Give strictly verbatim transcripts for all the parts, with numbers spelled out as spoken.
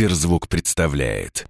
Сберзвук представляет.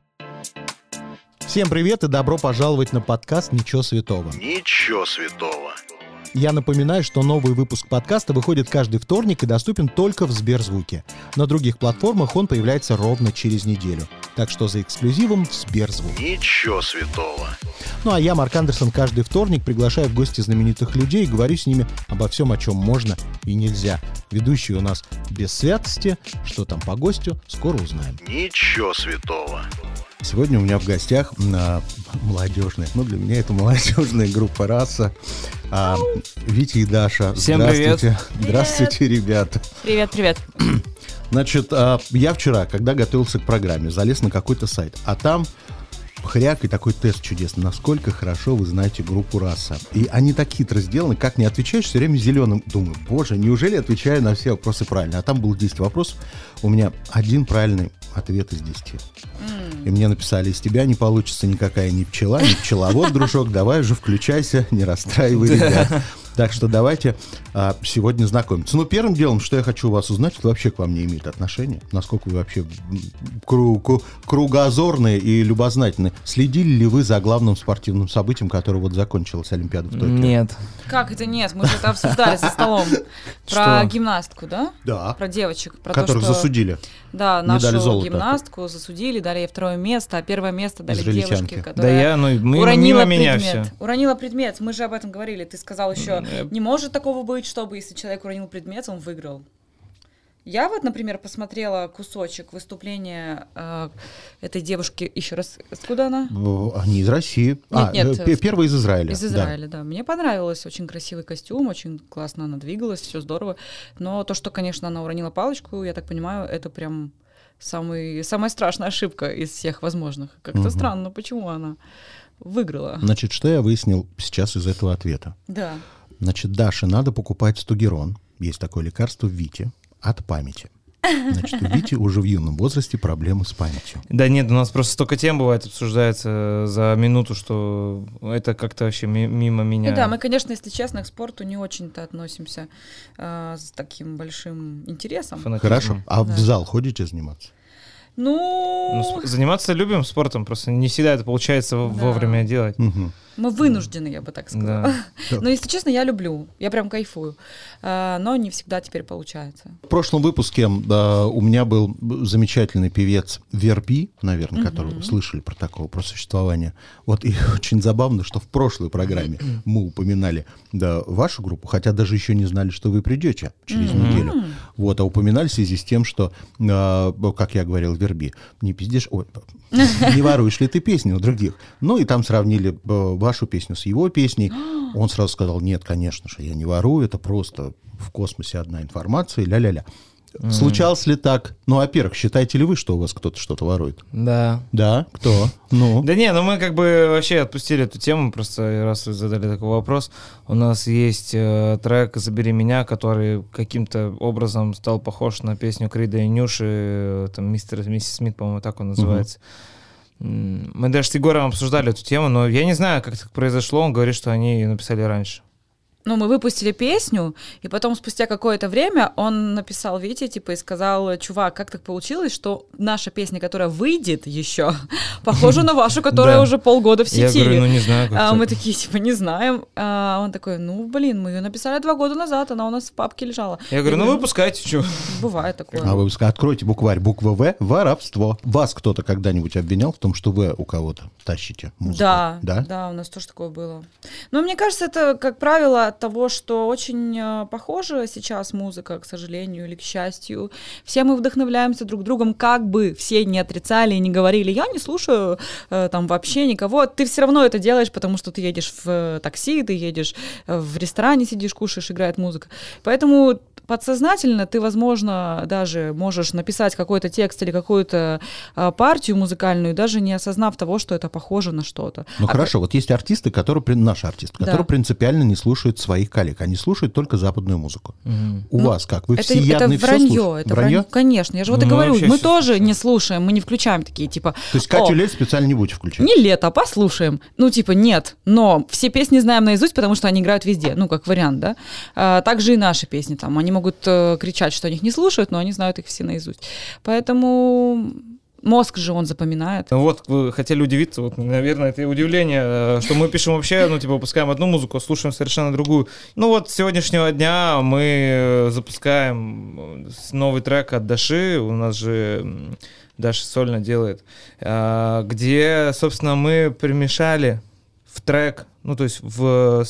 Всем привет и добро пожаловать на подкаст «Ничего святого». Ничего святого. Я напоминаю, что новый выпуск подкаста выходит каждый вторник и доступен только в Сберзвуке. На других платформах он появляется ровно через неделю. Так что за эксклюзивом в Сберзвук. Ничего святого. Ну а я, Марк Андерсон, каждый вторник приглашаю в гости знаменитых людей и говорю с ними обо всем, о чем можно и нельзя. Ведущий у нас без святости. Что там по гостю, скоро узнаем. Ничего святого. Сегодня у меня в гостях а, молодежная, ну для меня это молодежная группа «Раса». А, Витя и Даша. Всем здравствуйте. Привет. Здравствуйте, ребята. Привет, привет. Значит, а, я вчера, когда готовился к программе, залез на какой-то сайт, а там хряк и такой тест чудесный. Насколько хорошо вы знаете группу «Раса». И они так хитро сделаны, как не отвечаешь, все время зеленым. Думаю, боже, неужели отвечаю на все вопросы правильно? А там было десять вопросов, у меня один правильный ответ из десяти. И мне написали: из тебя не получится никакая ни пчела, ни пчеловод, дружок, давай уже включайся, не расстраивай ребят. Так что давайте а, сегодня знакомиться. Ну, первым делом, что я хочу у вас узнать, это вообще к вам не имеет отношения. Насколько вы вообще кру- кру- кругозорные и любознательные. Следили ли вы за главным спортивным событием, которое вот закончилась Олимпиада в Токио? Нет. Как это нет? Мы же это обсуждали за столом. Про гимнастку, да? Да. Про девочек. Про Которых то, что... засудили. Да, Не нашу дали золото. Гимнастку засудили, дали ей второе место, а первое место дали Израильтянке. девушке, Да которая я, ну, мы, уронила мимо меня предмет. все. Уронила предмет, мы же об этом говорили. Ты сказал еще, не может такого быть, чтобы если человек уронил предмет, он выиграл. Я вот, например, посмотрела кусочек выступления э, этой девушки. Еще раз, откуда она? Они из России. Нет, а, нет, п- первая из Израиля. Из Израиля, да. да. Мне понравилось, очень красивый костюм, очень классно она двигалась, все здорово. Но то, что, конечно, она уронила палочку, я так понимаю, это прям самый, самая страшная ошибка из всех возможных. Как-то Мгм. странно, почему она выиграла. Значит, что я выяснил сейчас из этого ответа? Да. Значит, Даше надо покупать стугерон. Есть такое лекарство в Вите от памяти. Значит, у Вити уже в юном возрасте проблемы с памятью. Да нет, у нас просто столько тем бывает, обсуждается за минуту, что это как-то вообще ми- мимо меня. Ну да, мы, конечно, если честно, к спорту не очень-то относимся э, с таким большим интересом. Фанатизм. Хорошо. А Да. в зал ходите заниматься? Ну, Ну, сп- заниматься любим спортом, просто не всегда это получается в- Да. вовремя делать. Мгм. мы вынуждены, я бы так сказала. Да. Но, если честно, я люблю, я прям кайфую. А, но не всегда теперь получается. В прошлом выпуске да, у меня был замечательный певец Верби, наверное, которого вы слышали про такого, про существование. Вот и очень забавно, что в прошлой программе мы упоминали да, вашу группу, хотя даже еще не знали, что вы придете через неделю. Вот, а упоминали в связи с тем, что, а, как я говорил, Верби, не пиздишь, ой, не воруешь ли ты песни у других? Ну и там сравнили а, вашу песню с его песней. Он сразу сказал: нет, конечно же, я не ворую, это просто в космосе одна информация, ля-ля-ля. Случалось ли так? Ну, во-первых, считаете ли вы, что у вас кто-то что-то ворует? Да. Да? Кто? Ну? Да не, ну мы как бы вообще отпустили эту тему, просто раз вы задали такой вопрос. У нас есть э, трек «Забери меня», который каким-то образом стал похож на песню Крида и Нюши, э, там «Мистер и миссис Смит», по-моему, так он называется. М, Мы даже с Егором обсуждали эту тему, но я не знаю, как так произошло. Он говорит, что они ее написали раньше. Ну, мы выпустили песню, и потом спустя какое-то время он написал Вите, типа, и сказал: чувак, как так получилось, что наша песня, которая выйдет еще, похожа на вашу, которая Да. уже полгода в Я сети. говорю, ну не знаю, как А так. мы такие, типа, не знаем. А он такой: ну, блин, мы ее написали два года назад, она у нас в папке лежала. Я говорю, ну выпускайте, что. Бывает такое. А вы ска- откройте букварь, буква В, воровство. Вас кто-то когда-нибудь обвинял в том, что вы у кого-то тащите музыку? Да, Да? да, у нас тоже такое было. Но мне кажется, это, как правило, от того, что очень э, похожа сейчас музыка, к сожалению или к счастью. Все мы вдохновляемся друг другом, как бы все не отрицали и не говорили: я не слушаю э, там вообще никого. Ты все равно это делаешь, потому что ты едешь в э, такси, ты едешь э, в ресторане, сидишь, кушаешь, играет музыка. Поэтому подсознательно ты, возможно, даже можешь написать какой-то текст или какую-то а, партию музыкальную, даже не осознав того, что это похоже на что-то. Ну А хорошо, вот есть артисты, которые, при- наши артисты, Да. которые принципиально не слушают своих коллег, они слушают только западную музыку. Мгм. У Ну, вас как? Вы это, всеядны это все вранье, слушаете? это вранье? Конечно, я же вот и Мы говорю, вообще мы всё тоже слушаем. не слушаем, мы не включаем такие, типа, То есть Катю «О, Лель специально не будете включать? не лето, послушаем. Ну, типа, нет, но все песни знаем наизусть, потому что они играют везде, ну, как вариант, да. А, также и наши песни там, они могут э, кричать, что они их не слушают, но они знают их все наизусть. Поэтому мозг же он запоминает. Ну вот, вы хотели удивиться, вот, наверное, это и удивление, что мы пишем вообще, ну, типа, выпускаем одну музыку, слушаем совершенно другую. Ну вот, с сегодняшнего дня мы запускаем новый трек от Даши, у нас же Даша сольно делает, где, собственно, мы примешали в трек, ну, то есть в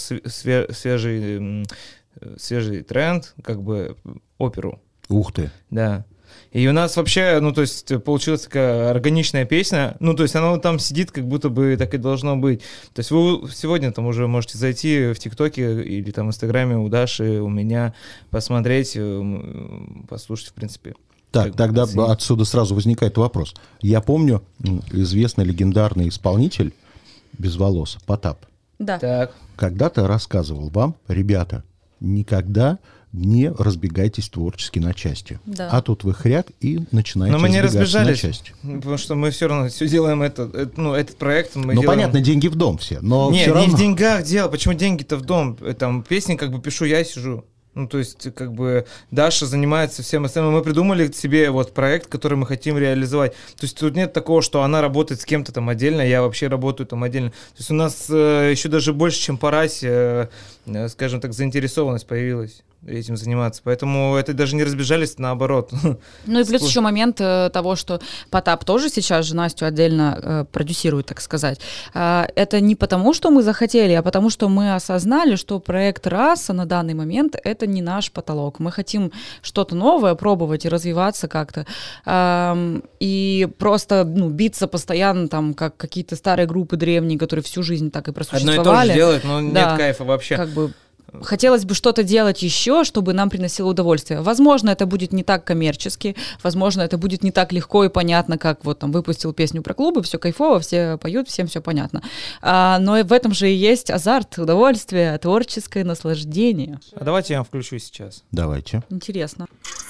свежий, свежий тренд, как бы, оперу. Ух ты. Да. И у нас вообще, ну, то есть, получилась такая органичная песня. Ну, то есть, она там сидит, как будто бы так и должно быть. То есть, вы сегодня там уже можете зайти в ТикТоке или там в Инстаграме у Даши, у меня, посмотреть, послушать, в принципе. Так, тогда оценить. Отсюда сразу возникает вопрос. Я помню известный легендарный исполнитель без волос, Потап. Да. Так. Когда-то рассказывал вам, ребята, никогда не разбегайтесь творчески на части. Да. А тут вы хряк и начинаете Но мы не разбежались, на части. Потому что мы все равно все делаем это, это, ну, этот проект. Мы ну, делаем... понятно, деньги в дом все, но Нет, все не равно... в деньгах дело. Почему деньги-то в дом? Там песни как бы пишу, я сижу. Ну, то есть, как бы, Даша занимается всем остальным. Мы придумали себе вот проект, который мы хотим реализовать. То есть, тут нет такого, что она работает с кем-то там отдельно, я вообще работаю там отдельно. То есть, у нас э, еще даже больше, чем по расе, э, скажем так, заинтересованность появилась этим заниматься. Поэтому это даже не разбежались, наоборот. Ну и плюс еще момент э, того, что Потап тоже сейчас же Настю отдельно э, продюсирует, так сказать. Э, это не потому, что мы захотели, а потому, что мы осознали, что проект «Раса» на данный момент — это не наш потолок. Мы хотим что-то новое пробовать и развиваться как-то. Э, и просто ну, биться постоянно, там, как какие-то старые группы древние, которые всю жизнь так и просуществовали. Одно и то же делать, но да, нет кайфа вообще. Как бы хотелось бы что-то делать еще, чтобы нам приносило удовольствие. Возможно, это будет не так коммерчески, возможно, это будет не так легко и понятно, как вот там выпустил песню про клубы, все кайфово, все поют, всем все понятно. А, но в этом же и есть азарт, удовольствие, творческое наслаждение. А давайте я вам включу сейчас. Давайте. Интересно.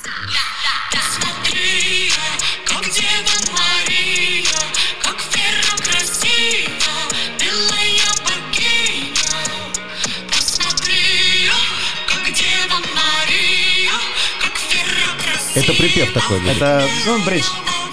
Это припев такой будет. Это, ну, бридж.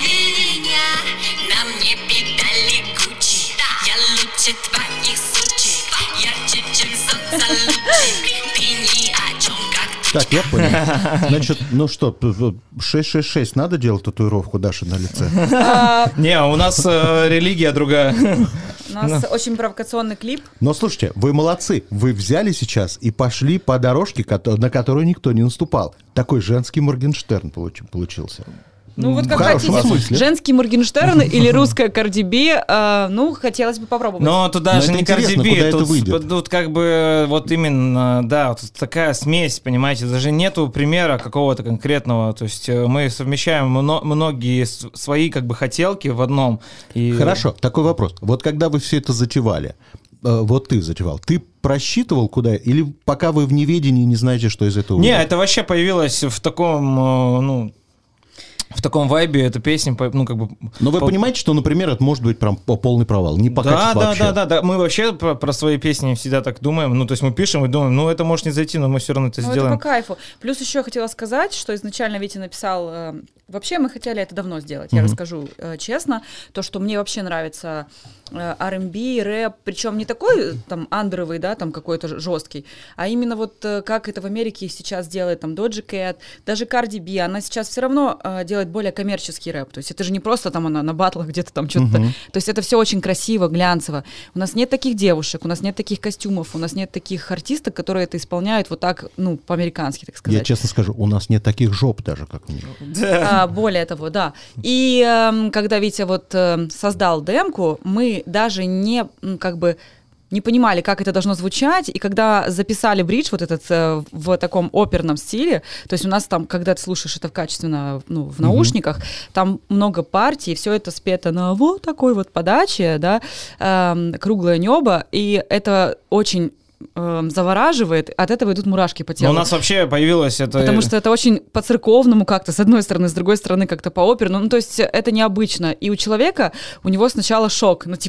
Так, я понял. Значит, ну что, шесть шесть шесть надо делать татуировку Даши на лице? Не, у нас религия другая. У нас очень провокационный клип. Но слушайте, вы молодцы. Вы взяли сейчас и пошли по дорожке, на которую никто не наступал. Такой женский Моргенштерн получился. Ну вот В как хорошем хотите, смысле. женский Моргенштерн или русская Карди Би, э, ну хотелось бы попробовать. Но туда Но же это не Карди интересно, Би, куда это тут, выйдет. тут как бы вот именно, да, вот такая смесь, понимаете, даже нету примера какого-то конкретного, то есть мы совмещаем мно- многие с- свои как бы хотелки в одном. И... Хорошо, такой вопрос. Вот когда вы все это затевали, э, вот ты затевал, ты просчитывал куда, или пока вы в неведении не знаете, что из этого Не, выйдет? это вообще появилось в таком, э, ну... В таком вайбе эта песня, ну, как бы... Но вы по... понимаете, что, например, это может быть прям полный провал, не покатит да, да, вообще. да, да, да. Мы вообще про, про свои песни всегда так думаем. Ну, то есть мы пишем и думаем, ну, это может не зайти, но мы все равно это ну, сделаем. Это по кайфу. Плюс еще хотела сказать, что изначально Витя написал... Э, вообще мы хотели это давно сделать, я mm-hmm. расскажу э, честно. То, что мне вообще нравится э, ар энд би, рэп, причем не такой там андеровый, да, там какой-то жесткий, а именно вот э, как это в Америке сейчас делает там Doja Cat, даже Cardi B, она сейчас все равно э, делает более коммерческий рэп. То есть это же не просто там она на батлах где-то там что-то. Mm-hmm. То есть это все очень красиво, глянцево. У нас нет таких девушек, у нас нет таких костюмов, у нас нет таких артисток, которые это исполняют вот так, ну, по-американски, так сказать. Я честно скажу, у нас нет таких жоп даже, как у них. А, более того, да. И э, когда Витя вот э, создал демку, мы даже не, как бы, не понимали, как это должно звучать, и когда записали бридж вот этот э, в таком оперном стиле, то есть у нас там, когда ты слушаешь это качественно, ну, в наушниках, mm-hmm. там много партий, все это спето на вот такой вот подаче, да, э, круглое небо, и это очень завораживает, от этого идут мурашки по телу. Но у нас вообще появилось это... Потому что это очень по-церковному как-то, с одной стороны, с другой стороны как-то по-оперному. Ну, то есть это необычно. И у человека, у него сначала шок, ну, типа,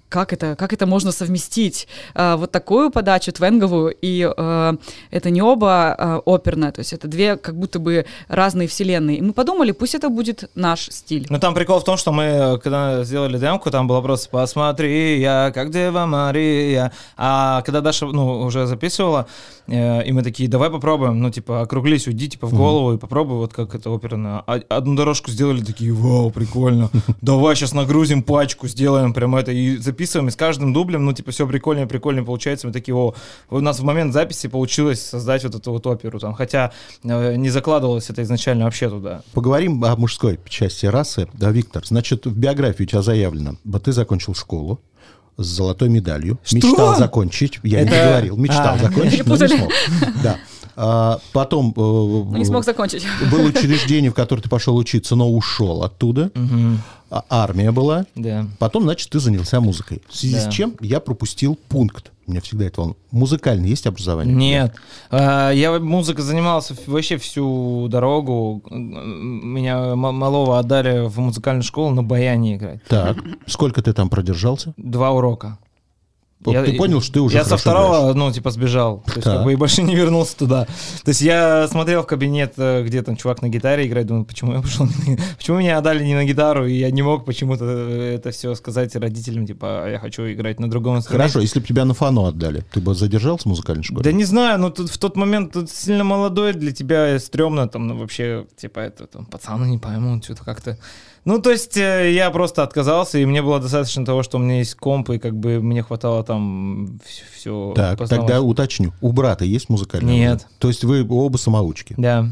как это, как это можно совместить? А, вот такую подачу твенговую, и а, это не оба а, оперная, то есть это две как будто бы разные вселенные. И мы подумали, пусть это будет наш стиль. Ну там прикол в том, что мы, когда сделали демку, там было просто «Посмотри, я как Дева Мария». А когда Даша, ну, уже записывала, э, и мы такие, давай попробуем, ну, типа, округлись, уйди, типа, в голову mm-hmm. и попробуй, вот как это оперная. А, одну дорожку сделали, такие, вау, прикольно, давай сейчас нагрузим пачку, сделаем прям это, и записываем, и с каждым дублем, ну, типа, все прикольнее, прикольнее получается. Мы такие, о, у нас в момент записи получилось создать вот эту вот оперу, там, хотя э, не закладывалось это изначально вообще туда. Поговорим о мужской части расы. Да, Виктор, значит, в биографии у тебя заявлено, ты закончил школу с золотой медалью. Что? Мечтал закончить. Я это... не говорил. Мечтал а. закончить, но не смог. Да. А, потом... Но не смог закончить. Было учреждение, в которое ты пошел учиться, но ушел оттуда. Угу. А, армия была. Да. Потом, значит, ты занялся музыкой. В связи да. с чем я пропустил пункт. Меня всегда это волнует. Музыкальное есть образование? Нет. А, я музыкой занимался вообще всю дорогу. Меня малого отдали в музыкальную школу на баяне играть. Так. Сколько ты там продержался? Два урока. Вот я, ты понял, что ты уже Я со второго, играешь. ну, типа, сбежал. То есть, как бы, и больше не вернулся туда. То есть, я смотрел в кабинет, где там чувак на гитаре играет, думаю, почему я пошел не... Почему меня отдали не на гитару, и я не мог почему-то это все сказать родителям, типа, я хочу играть на другом инструменте. Хорошо, если бы тебя на фано отдали, ты бы задержался в музыкальной школе? Да не знаю, но тут, в тот момент тут сильно молодой, для тебя стрёмно, там, ну, вообще, типа, это, там, пацаны не поймут, что-то как-то... Ну, то есть, э, я просто отказался, и мне было достаточно того, что у меня есть комп, и как бы мне хватало там все. Так, познавать. Тогда уточню. У брата есть музыкальная? Нет. То есть вы оба самоучки? Да.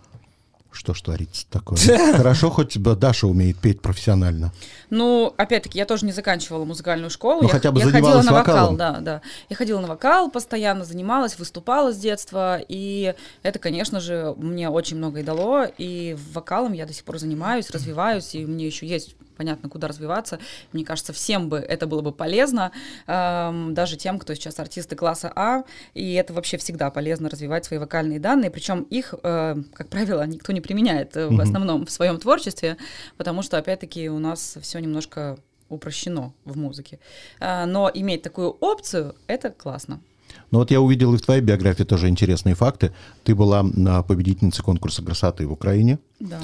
Что ж творится такое? Хорошо, хоть Даша умеет петь профессионально. Ну, опять-таки, я тоже не заканчивала музыкальную школу. Ну, я, хотя бы я занималась ходила на вокалом. вокал, да, да. Я ходила на вокал, постоянно занималась, выступала с детства, и это, конечно же, мне очень многое дало, и вокалом я до сих пор занимаюсь, развиваюсь, и мне еще есть, понятно, куда развиваться. Мне кажется, всем бы это было бы полезно, эм, даже тем, кто сейчас артисты класса А, и это вообще всегда полезно развивать свои вокальные данные, причем их, э, как правило, никто не применяет э, в основном в своем творчестве, потому что, опять-таки, у нас все немножко упрощено в музыке. Э, но иметь такую опцию — это классно. Ну вот я увидел и в твоей биографии тоже интересные факты. Ты была победительницей конкурса красоты в Украине. Да.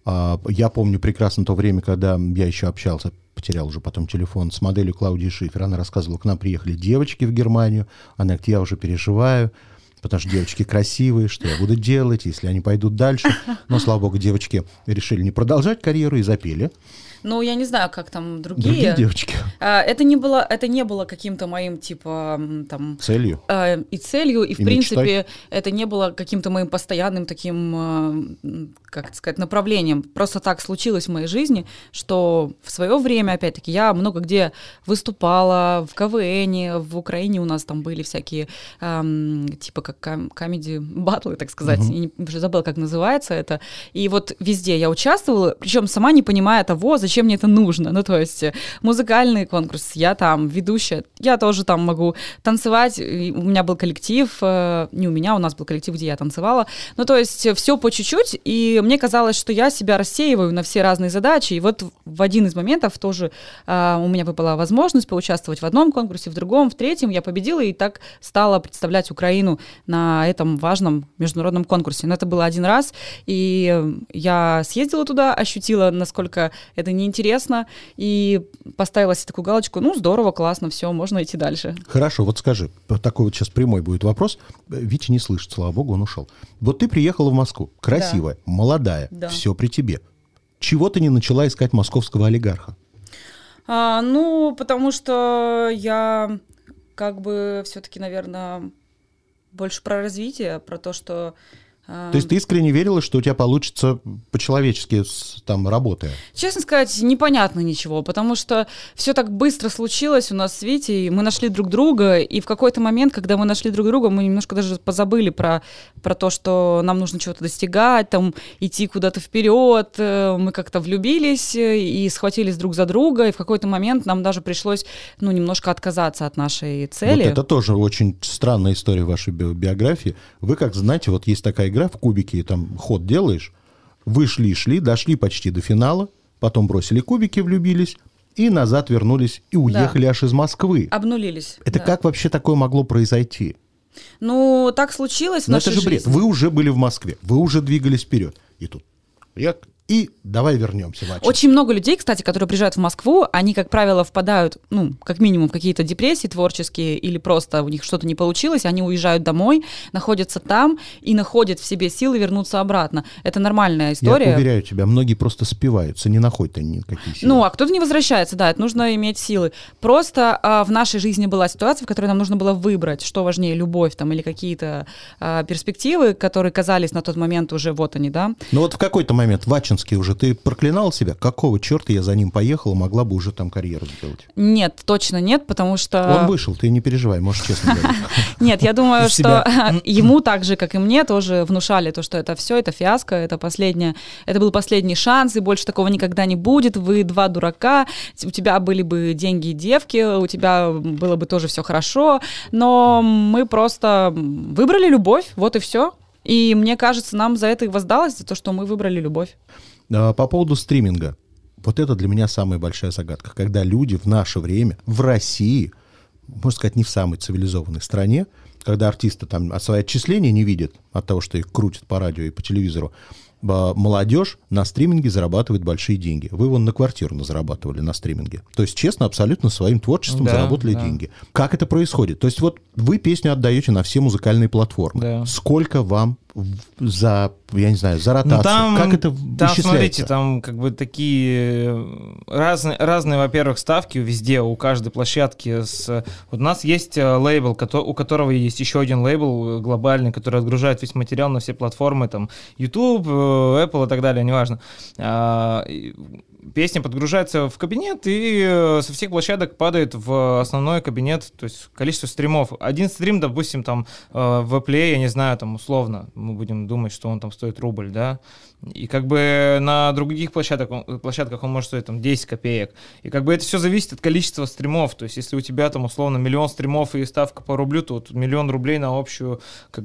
Я помню прекрасно то время, когда я еще общался, потерял уже потом телефон, с моделью Клаудией Шифер. Она рассказывала, к нам приехали девочки в Германию. Она говорит, я уже переживаю, потому что девочки красивые, что я буду делать, если они пойдут дальше. Но, слава богу, девочки решили не продолжать карьеру и запели. Ну, я не знаю, как там другие. Другие девочки. Это не было, это не было каким-то моим, типа, там... Целью. И целью, и, в и принципе, мечтой. Это не было каким-то моим постоянным таким, как это сказать, направлением. Просто так случилось в моей жизни, что в свое время, опять-таки, я много где выступала, в КВНе, в Украине у нас там были всякие, эм, типа, как комеди-баттлы, так сказать. Uh-huh. Я не, уже забыла, как называется это. И вот везде я участвовала, причем сама не понимая того, зачем Зачем мне это нужно? Ну, то есть музыкальный конкурс, я там ведущая, я тоже там могу танцевать, и у меня был коллектив, э, не у меня, у нас был коллектив, где я танцевала, ну, то есть все по чуть-чуть, и мне казалось, что я себя рассеиваю на все разные задачи, и вот в один из моментов тоже э, у меня выпала возможность поучаствовать в одном конкурсе, в другом, в третьем, я победила, и так стала представлять Украину на этом важном международном конкурсе. Но это было один раз, и я съездила туда, ощутила, насколько это не интересно, и поставила себе такую галочку, ну, здорово, классно, все, можно идти дальше. Хорошо, вот скажи, такой вот сейчас прямой будет вопрос. Витя не слышит, слава богу, он ушел. Вот ты приехала в Москву, красивая, да. молодая, да. все при тебе. Чего ты не начала искать московского олигарха? А, ну, потому что я как бы все-таки, наверное, больше про развитие, про то, что... То есть ты искренне верила, что у тебя получится по-человечески там работая? Честно сказать, непонятно ничего, потому что все так быстро случилось у нас с Витей, мы нашли друг друга, и в какой-то момент, когда мы нашли друг друга, мы немножко даже позабыли про, про то, что нам нужно чего-то достигать, там, идти куда-то вперед, мы как-то влюбились и схватились друг за друга, и в какой-то момент нам даже пришлось, ну, немножко отказаться от нашей цели. Вот это тоже очень странная история в вашей би- биографии. Вы, как знаете, вот есть такая игра в кубики, там ход делаешь, вы шли-шли, дошли почти до финала, потом бросили кубики, влюбились, и назад вернулись и уехали Да. аж из Москвы. Обнулились. Это да. как вообще такое могло произойти? Ну, так случилось в Но нашей это же бред. жизни. Вы уже были в Москве, вы уже двигались вперед. И тут я... И давай вернемся в Ачинск. Очень много людей, кстати, которые приезжают в Москву, они, как правило, впадают, ну, как минимум, в какие-то депрессии творческие или просто у них что-то не получилось, они уезжают домой, находятся там и находят в себе силы вернуться обратно. Это нормальная история. Я уверяю тебя, многие просто спиваются, не находят они никакие силы. Ну, а кто-то не возвращается, да, это нужно иметь силы. Просто а, в нашей жизни была ситуация, в которой нам нужно было выбрать, что важнее, любовь там или какие-то а, перспективы, которые казались на тот момент уже вот они, да. Но вот в какой-то момент в Ачинске уже ты проклинал себя? Какого черта я за ним поехала, могла бы уже там карьеру сделать? Нет, точно нет, потому что... Он вышел, ты не переживай, можешь честно говорить. Нет, я думаю, Из что ему так же, как и мне, тоже внушали то, что это все, это фиаско, это последнее, это был последний шанс, и больше такого никогда не будет. Вы два дурака, у тебя были бы деньги и девки, у тебя было бы тоже все хорошо, но мы просто выбрали любовь, вот и все. И мне кажется, нам за это и воздалось, за то, что мы выбрали любовь. А, По поводу стриминга. Вот это для меня самая большая загадка. Когда люди в наше время, в России, можно сказать, не в самой цивилизованной стране, когда артисты там свои отчисления не видят от того, что их крутят по радио и по телевизору, молодежь на стриминге зарабатывает большие деньги. Вы вон на квартиру зарабатывали на стриминге. То есть, честно, абсолютно своим творчеством Да, заработали да. деньги. Как это происходит? То есть, вот вы песню отдаете на все музыкальные платформы. Да. Сколько вам в- за, я не знаю, за ротацию? Ну, там, как это там, исчисляется? смотрите, там как бы такие разные, разные, во-первых, ставки везде, у каждой площадки. С... Вот у нас есть э, лейбл, кото- у которого есть еще один лейбл э, глобальный, который отгружает весь материал на все платформы, там, YouTube, э, Apple и так далее, неважно. А, и песня подгружается в кабинет и э, со всех площадок падает в основной кабинет, то есть количество стримов. Один стрим, допустим, там э, в Play, я не знаю, там условно, мы будем думать, что он там стоит рубль, да, и как бы на других площадках он, площадках он может стоить там десять копеек. И как бы это все зависит от количества стримов. То есть если у тебя там условно миллион стримов и ставка по рублю, то вот миллион рублей на общую как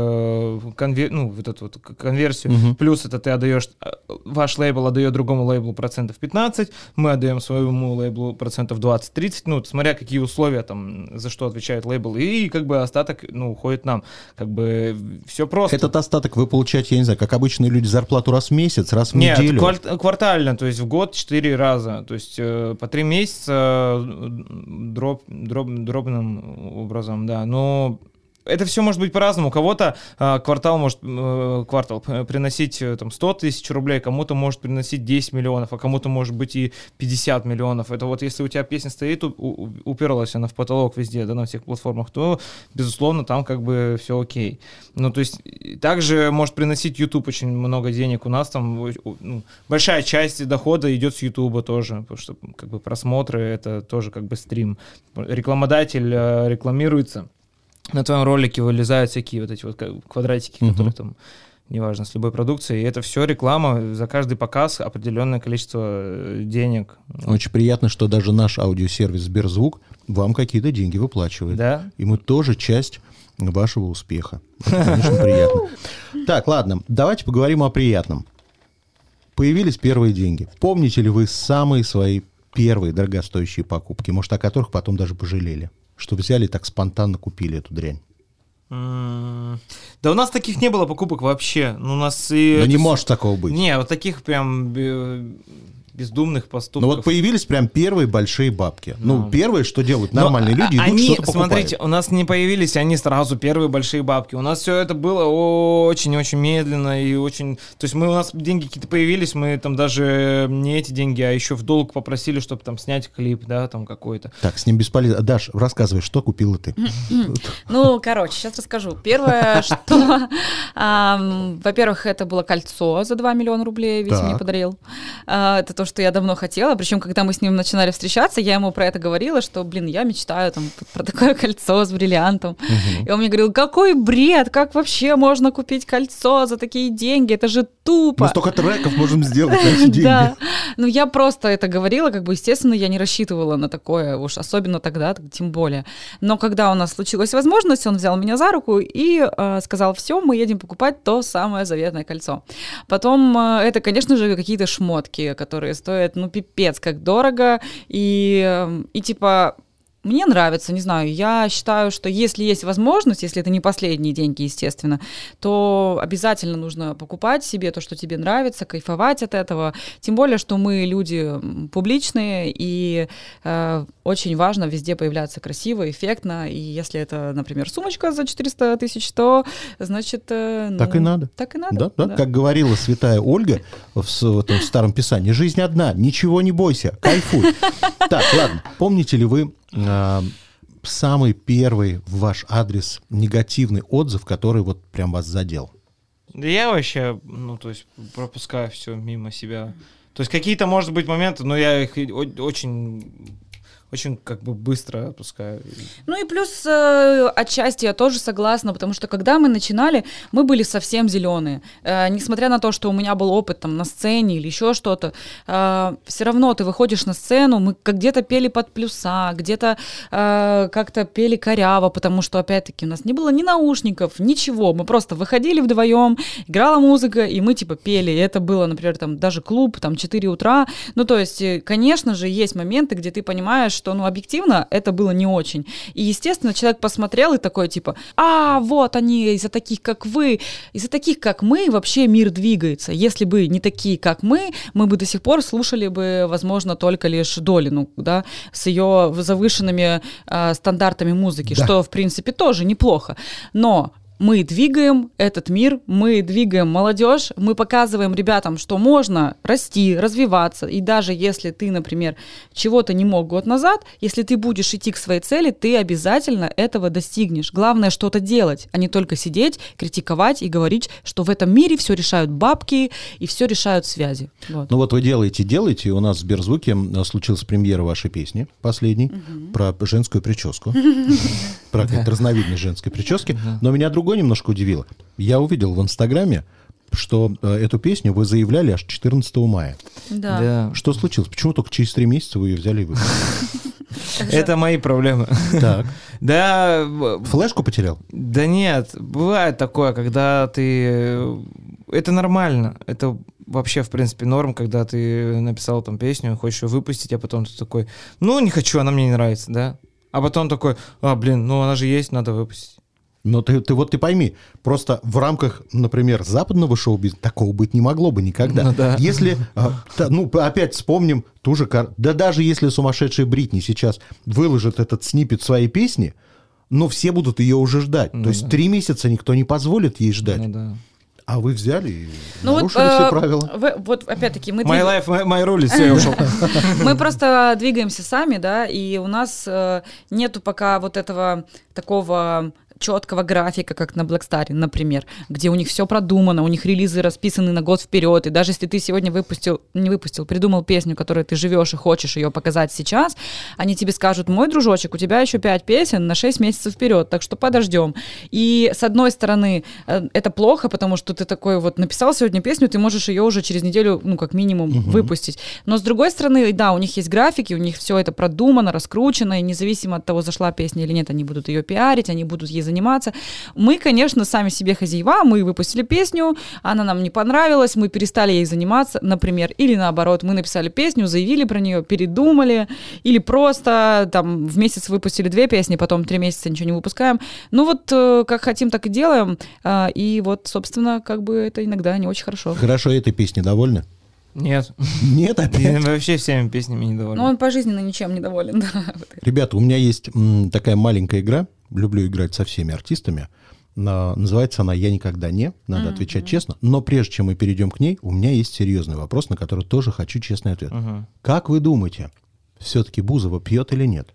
бы конвер... ну, вот эту вот конверсию. Мгм. Плюс это ты отдаешь, ваш лейбл отдает другому лейблу процентов пятнадцать, мы отдаем своему лейблу процентов двадцать-тридцать, ну, смотря какие условия там, за что отвечает лейбл, и как бы остаток, ну, уходит нам. Как бы все просто. Этот остаток вы получаете, я не знаю, как обычные люди, зарплату раз в месяц, раз в Нет, неделю? кварт- квартально, то есть в год четыре раза, то есть э, по три месяца э, дроб, дроб, дробным образом, да, но это все может быть по-разному. У кого-то э, квартал может э, квартал п- приносить э, там, сто тысяч рублей, кому-то может приносить десять миллионов, а кому-то может быть и пятьдесят миллионов. Это вот если у тебя песня стоит, у- у- уперлась она в потолок везде, да, на всех платформах, то, безусловно, там как бы все окей. Ну, то есть, и также может приносить YouTube очень много денег. У нас там о- о- ну, большая часть дохода идет с YouTube тоже, потому что как бы просмотры — это тоже как бы стрим. Рекламодатель э, рекламируется. На твоем ролике вылезают всякие вот эти вот ка- квадратики, Мгм. которые там, неважно, с любой продукцией. И это все реклама, за каждый показ определенное количество э, денег. Очень приятно, что даже наш аудиосервис Сберзвук вам какие-то деньги выплачивает. Да? И мы тоже часть вашего успеха. Это, конечно, приятно. Так, ладно, давайте поговорим о приятном. Появились первые деньги. Помните ли вы самые свои первые дорогостоящие покупки, может, о которых потом даже пожалели? Что взяли и так спонтанно купили эту дрянь? М, Да у нас таких не было покупок вообще. Ну, у нас и... Ну, не это- может такого быть. Не, вот таких прям э, бездумных поступков. Ну, вот появились прям первые большие бабки. Ну, Ну. первое, что делают Но нормальные люди, идут они, что-то покупают. смотрите, у нас не появились они сразу первые большие бабки. У нас все это было очень-очень медленно и очень... То есть мы, у нас деньги какие-то появились, мы там даже не эти деньги, а еще в долг попросили, чтобы там снять клип, да, там какой-то. Так, с ним бесполезно. Даш, рассказывай, что купила ты? Ну, короче, сейчас расскажу. Первое, что, ам, во-первых, это было кольцо за два миллиона рублей, Витя Так. мне подарил. А, это то, что я давно хотела. Причем, когда мы с ним начинали встречаться, я ему про это говорила, что, блин, я мечтаю там про такое кольцо с бриллиантом. И он мне говорил, какой бред, как вообще можно купить кольцо за такие деньги? Это же тупо. Мы столько треков можем сделать на эти деньги. Да, ну я просто это говорила, как бы, естественно, я не рассчитывала на такое, уж особенно тогда, так тем более. Но когда у нас случилась возможность, он взял меня за руку и э, сказал, все, мы едем покупать то самое заветное кольцо. Потом э, это, конечно же, какие-то шмотки, которые которые стоят, ну, пипец, как дорого, и, и типа... Мне нравится, не знаю, я считаю, что если есть возможность, если это не последние деньги, естественно, то обязательно нужно покупать себе то, что тебе нравится, кайфовать от этого. Тем более, что мы люди публичные, и э, очень важно везде появляться красиво, эффектно. И если это, например, сумочка за четыреста тысяч, то, значит... Э, ну, так и надо. Так и надо. Да, да. Да. Как говорила святая Ольга в, в этом старом писании, жизнь одна, ничего не бойся, кайфуй. Так, ладно, помните ли вы самый первый в ваш адрес негативный отзыв, который вот прям вас задел? Да я вообще, ну, то есть пропускаю все мимо себя. То есть какие-то, может быть, моменты, но я их очень... очень как бы быстро отпускаю. Ну и плюс э, отчасти я тоже согласна, потому что когда мы начинали, мы были совсем зеленые. Э, несмотря на то, что у меня был опыт там на сцене или еще что-то, э, все равно ты выходишь на сцену, мы как где-то пели под плюса, где-то э, как-то пели коряво, потому что, опять-таки, у нас не было ни наушников, ничего. Мы просто выходили вдвоем, играла музыка, и мы типа пели. И это было, например, там даже клуб, там четыре утра. Ну то есть, конечно же, есть моменты, где ты понимаешь, что, ну, объективно это было не очень. И, естественно, человек посмотрел и такой, типа, а, вот они, из-за таких, как вы, из-за таких, как мы, вообще мир двигается. Если бы не такие, как мы, мы бы до сих пор слушали бы, возможно, только лишь Долину, да, с ее завышенными э, стандартами музыки, да. Что, в принципе, тоже неплохо. Но мы двигаем этот мир, мы двигаем молодежь, мы показываем ребятам, что можно расти, развиваться. И даже если ты, например, чего-то не мог год назад, если ты будешь идти к своей цели, ты обязательно этого достигнешь. Главное что-то делать, а не только сидеть, критиковать и говорить, что в этом мире все решают бабки и все решают связи. Вот. Ну вот вы делаете, делаете. У нас в Сберзвуке случилась премьера вашей песни, последней, угу. про женскую прическу. Про какую-то разновидность женской прически. Но меня другое немножко удивило. Я увидел в Инстаграме, что э, эту песню вы заявляли аж четырнадцатого мая. Да. Да. Что случилось? Почему только через три месяца вы ее взяли и выпустили? Это мои проблемы. Так. Да. Флешку потерял? Да нет, бывает такое, когда ты... Это нормально. Это вообще, в принципе, норм, когда ты написал там песню, хочешь ее выпустить, а потом ты такой, ну, не хочу, она мне не нравится, да? А потом такой, а, блин, ну она же есть, надо выпустить. Но ты, ты вот ты пойми, просто в рамках, например, западного шоу-бизнеса такого быть не могло бы никогда. Ну, да. Если, ну, опять вспомним ту же... Да даже если сумасшедшая Бритни сейчас выложит этот сниппет своей песни, но все будут ее уже ждать. Ну, То есть да. три месяца никто не позволит ей ждать. Ну, да. А вы взяли и ну нарушили вот, все э, правила. Вы, вот опять-таки мы... My life, my, my rule, все, я ушел. Мы просто двигаемся сами, да, и у нас э, нету пока вот этого такого четкого графика, как на Blackstar, например, где у них все продумано, у них релизы расписаны на год вперед, и даже если ты сегодня выпустил, не выпустил, придумал песню, которой ты живешь и хочешь ее показать сейчас, они тебе скажут, мой дружочек, у тебя еще пять песен на шесть месяцев вперед, так что подождем. И с одной стороны, это плохо, потому что ты такой вот написал сегодня песню, ты можешь ее уже через неделю, ну, как минимум, uh-huh. выпустить. Но с другой стороны, да, у них есть графики, у них все это продумано, раскручено, и независимо от того, зашла песня или нет, они будут ее пиарить, они будут ей заниматься. Мы, конечно, сами себе хозяева, мы выпустили песню, она нам не понравилась, мы перестали ей заниматься, например, или наоборот, мы написали песню, заявили про нее, передумали, или просто там в месяц выпустили две песни, потом три месяца ничего не выпускаем. Ну вот как хотим, так и делаем, и вот, собственно, как бы это иногда не очень хорошо. Хорошо, этой песней довольны? Нет. Нет, опять? Я вообще всеми песнями недоволен. Ну, он пожизненно ничем недоволен, да. Ребята, у меня есть м, такая маленькая игра, люблю играть со всеми артистами, на, называется она «Я никогда не», надо mm-hmm. отвечать честно, но прежде чем мы перейдем к ней, у меня есть серьезный вопрос, на который тоже хочу честный ответ. Mm-hmm. Как вы думаете, все-таки Бузова пьет или нет?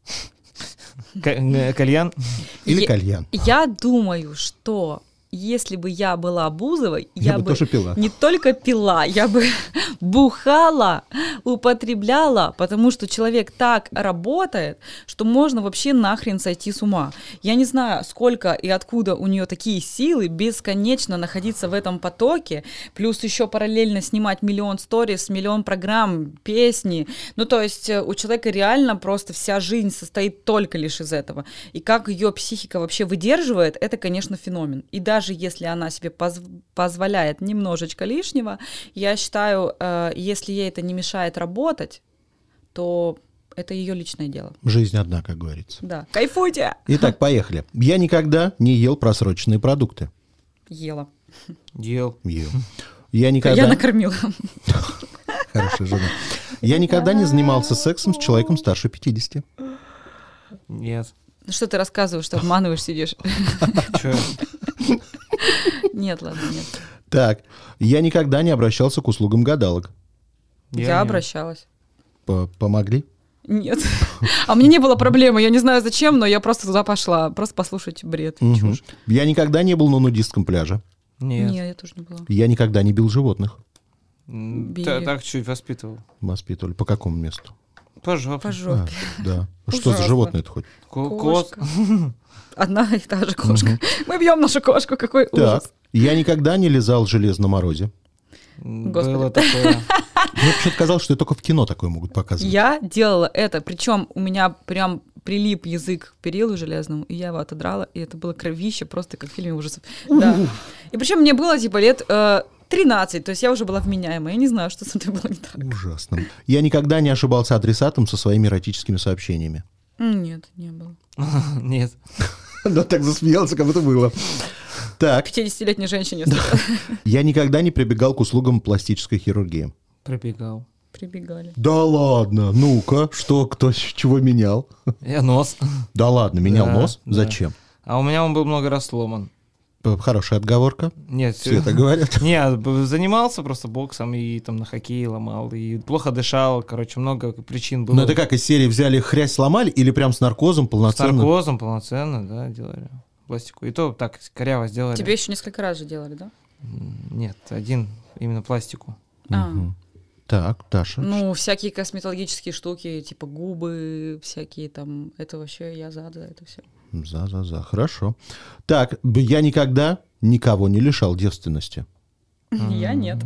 Кальян? Или кальян? Я думаю, что... Если бы я была Бузовой, я, я бы, бы тоже пила. Не только пила, я бы бухала, употребляла, потому что человек так работает, что можно вообще нахрен сойти с ума. Я не знаю, сколько и откуда у нее такие силы бесконечно находиться в этом потоке, плюс еще параллельно снимать миллион сторис, миллион программ, песни. Ну, то есть у человека реально просто вся жизнь состоит только лишь из этого. И как ее психика вообще выдерживает, это, конечно, феномен. И даже даже если она себе поз- позволяет немножечко лишнего, я считаю, э, если ей это не мешает работать, то это ее личное дело. Жизнь одна, как говорится. Да. Кайфуйте! Итак, поехали. Я никогда не ел просроченные продукты. Ела. Ел. Ел. Я никогда... Я накормила. Хорошая жена. Я никогда не занимался сексом с человеком старше пятидесяти. Нет. Ну что ты рассказываешь, что обманываешь, сидишь? Чё? Нет, ладно, нет. Так, я никогда не обращался к услугам гадалок. Я нет. обращалась. П- Помогли? Нет. А мне не было проблемы. Я не знаю зачем, но я просто туда пошла. Просто послушать бред. Мгм. Чушь. Я никогда не был на нудистском пляже. Нет. Нет, я тоже не была. Я никогда не бил животных. М, Били. та- Так чуть воспитывал. Воспитывали. По какому месту? По жопе. По жопе. А, да. Что за Ужасно. животное это хоть? Ко- Кот. Кошка. Одна и та же кошка. Мы бьем нашу кошку, какой Так, ужас. я никогда не лизал железо на морозе. М, Господи. Было такое. Мне почему-то казалось, что только в кино такое могут показывать. Я делала это, причем у меня прям прилип язык к перилу железному, и я его отодрала, и это было кровище, просто как в фильме ужасов. Да. И причем мне было типа лет э, тринадцать, то есть я уже была вменяемая. Я не знаю, что со мной было не так. Ужасно. Я никогда не ошибался адресатом со своими эротическими сообщениями. М, Нет, не было. Нет. Да так засмеялся, как будто было. Так, пятидесятилетней женщине я никогда не прибегал к услугам пластической хирургии. Пробегал. прибегали. Да ладно, ну-ка, что, кто с чего менял? Я нос. Да ладно, менял Да, нос? да. Зачем? А у меня он был много раз сломан. П- Хорошая отговорка. Нет, Все это говорят. Не, б- занимался просто боксом и там на хоккее ломал, и плохо дышал, короче, много причин было. Ну это как, из серии взяли хрясь, сломали или прям с наркозом С полноценно? наркозом полноценно, да, делали пластику. И то так коряво сделали. Тебе еще несколько раз же делали, да? М, Нет, один именно пластику. А. Мгм. Так, Таша. Ну, всякие косметологические штуки, типа губы, всякие там, это вообще я за, за это все. За-за-за, хорошо. Так, б- я никогда никого не лишал девственности. Я нет.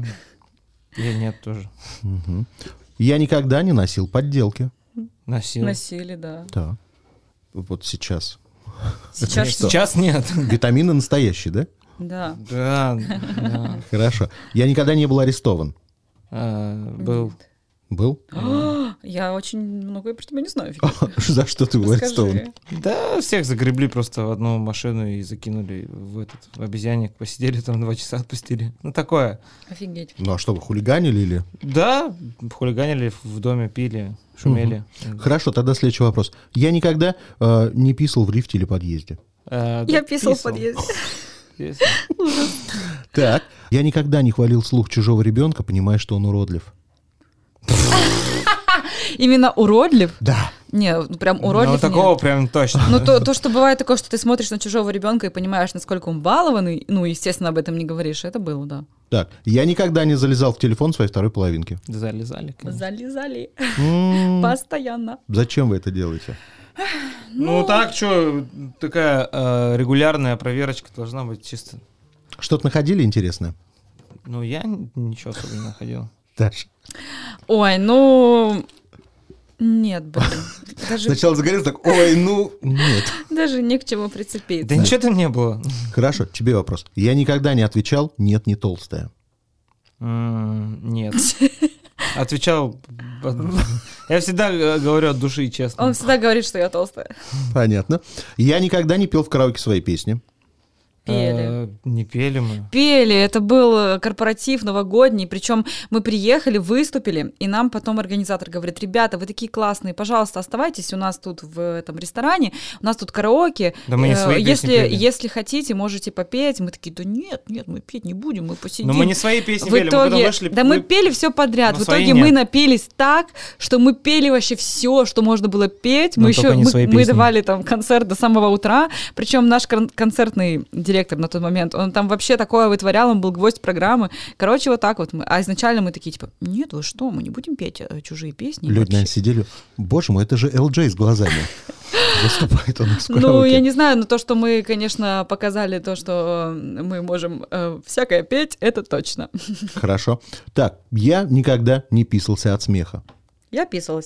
Я нет тоже. Мгм. Я никогда не носил подделки. Носил. Носили, да. Так. Вот сейчас. Сейчас Нет, что? Сейчас нет. Витамины настоящие, да? Да. Да, да. Хорошо. Я никогда не был арестован. А, Был. Был? Я очень многое про тебя не знаю. За что ты был арестован? Расскажи. Да, всех загребли просто в одну машину и закинули в этот в обезьянник, посидели там два часа, отпустили. Ну такое. Офигеть. Ну а что, вы хулиганили или? Да, хулиганили в доме, пили, шумели. Хорошо, тогда следующий вопрос. Я никогда э, не писал в лифте или подъезде. А, да, Я писал в подъезде. Писал. Так. Я никогда не хвалил вслух чужого ребенка, понимая, что он уродлив. Именно уродлив? Да. Не, ну прям уродлив Ну, такого нет. прям точно. Ну, то, то, что бывает такое, что ты смотришь на чужого ребенка и понимаешь, насколько он балованный, ну, естественно, об этом не говоришь, это было, да. Так. Я никогда не залезал в телефон своей второй половинки. Залезали. конечно. Залезали. М, Постоянно. Зачем вы это делаете? Ну так, что, такая э, регулярная проверочка должна быть чисто. Что-то находили интересное? Ну, я н- ничего особо не находил. Таша. Ой, ну... Нет, блин. Даже, Сначала загорелся так, ой, ну, нет. даже не к чему прицепиться. Да ничего там не было. Хорошо, тебе вопрос. Я никогда не отвечал, нет, не толстая. М, Нет. Отвечал... Я всегда э, говорю от души, честно. Он всегда говорит, что я толстая. Понятно. Я никогда не пел в караоке свои песни. Пели. Э, Не пели мы. Пели, это был корпоратив новогодний, причем мы приехали, выступили, и нам потом организатор говорит: ребята, вы такие классные, пожалуйста, оставайтесь у нас тут в этом ресторане, у нас тут караоке, Да мы не Э, свои песни если, пели. если хотите, можете попеть. Мы такие: да нет, нет, мы петь не будем, мы посидим. Но мы не свои песни В пели, мы потом итоге, вышли... да мы вы- пели все подряд. Но В свои итоге нет. мы напились так, что мы пели вообще все, что можно было петь. Но Мы только еще не мы, свои мы песни. давали там концерт до самого утра. Причем наш кон- концертный директор на тот момент, он там вообще такое вытворял, он был гвоздь программы. Короче, вот так вот. Мы. А изначально мы такие типа: нет, вы что, мы не будем петь э, чужие песни. Люди, вообще». наверное, сидели. Боже мой, это же эл джей с глазами. Выступает у нас в Ну, караоке. я не знаю, но то, что мы, конечно, показали то, что мы можем э, всякое петь, это точно. Хорошо. Так, я никогда не писался от смеха. Я писалась.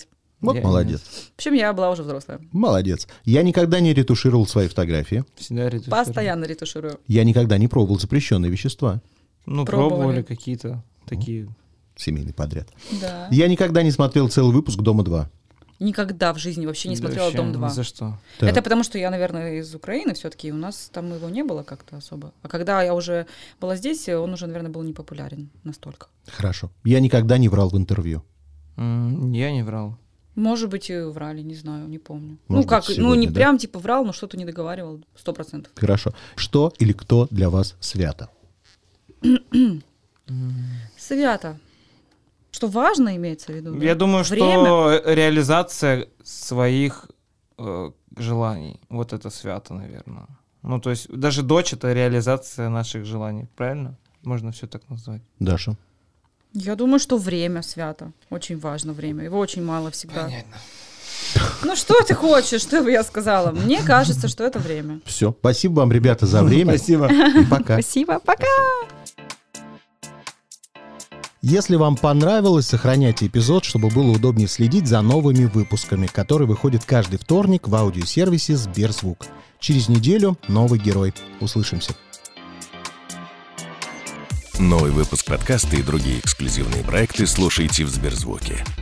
Вот Я молодец. Причем я была уже взрослая. Молодец. Я никогда не ретушировал свои фотографии. Всегда ретуширую. Постоянно ретуширую. Я никогда не пробовал запрещенные вещества. Ну, Пробовали. пробовали какие-то такие. Семейный подряд. Да. Я никогда не смотрел целый выпуск «Дома-два». Никогда в жизни вообще не смотрела Вообще «Дом-два». ни за что. Так. Это потому, что я, наверное, из Украины все-таки, у нас там его не было как-то особо. А когда я уже была здесь, он уже, наверное, был не популярен настолько. Хорошо. Я никогда не врал в интервью. М, Я не врал. Может быть, и врали, не знаю, не помню. Может ну, как, быть, ну, сегодня, не да? прям типа врал, но что-то не договаривал, сто процентов. Хорошо. Что или кто для вас свято? Свято. Что важно, имеется в виду? да? Я думаю, Время? что реализация своих э, желаний, вот это свято, наверное. Ну, то есть даже дочь — это реализация наших желаний, правильно? Можно все так назвать. Даша? Я думаю, что время свято. Очень важно время. Его очень мало всегда. Понятно. Ну, что ты хочешь, что бы я сказала? Мне кажется, что это время. Все. Спасибо вам, ребята, за время. Спасибо. И пока. Спасибо, пока! Если вам понравилось, сохраняйте эпизод, чтобы было удобнее следить за новыми выпусками, которые выходят каждый вторник в аудиосервисе Сберзвук. Через неделю новый герой. Услышимся. Новый выпуск подкаста и другие эксклюзивные проекты слушайте в Сберзвуке.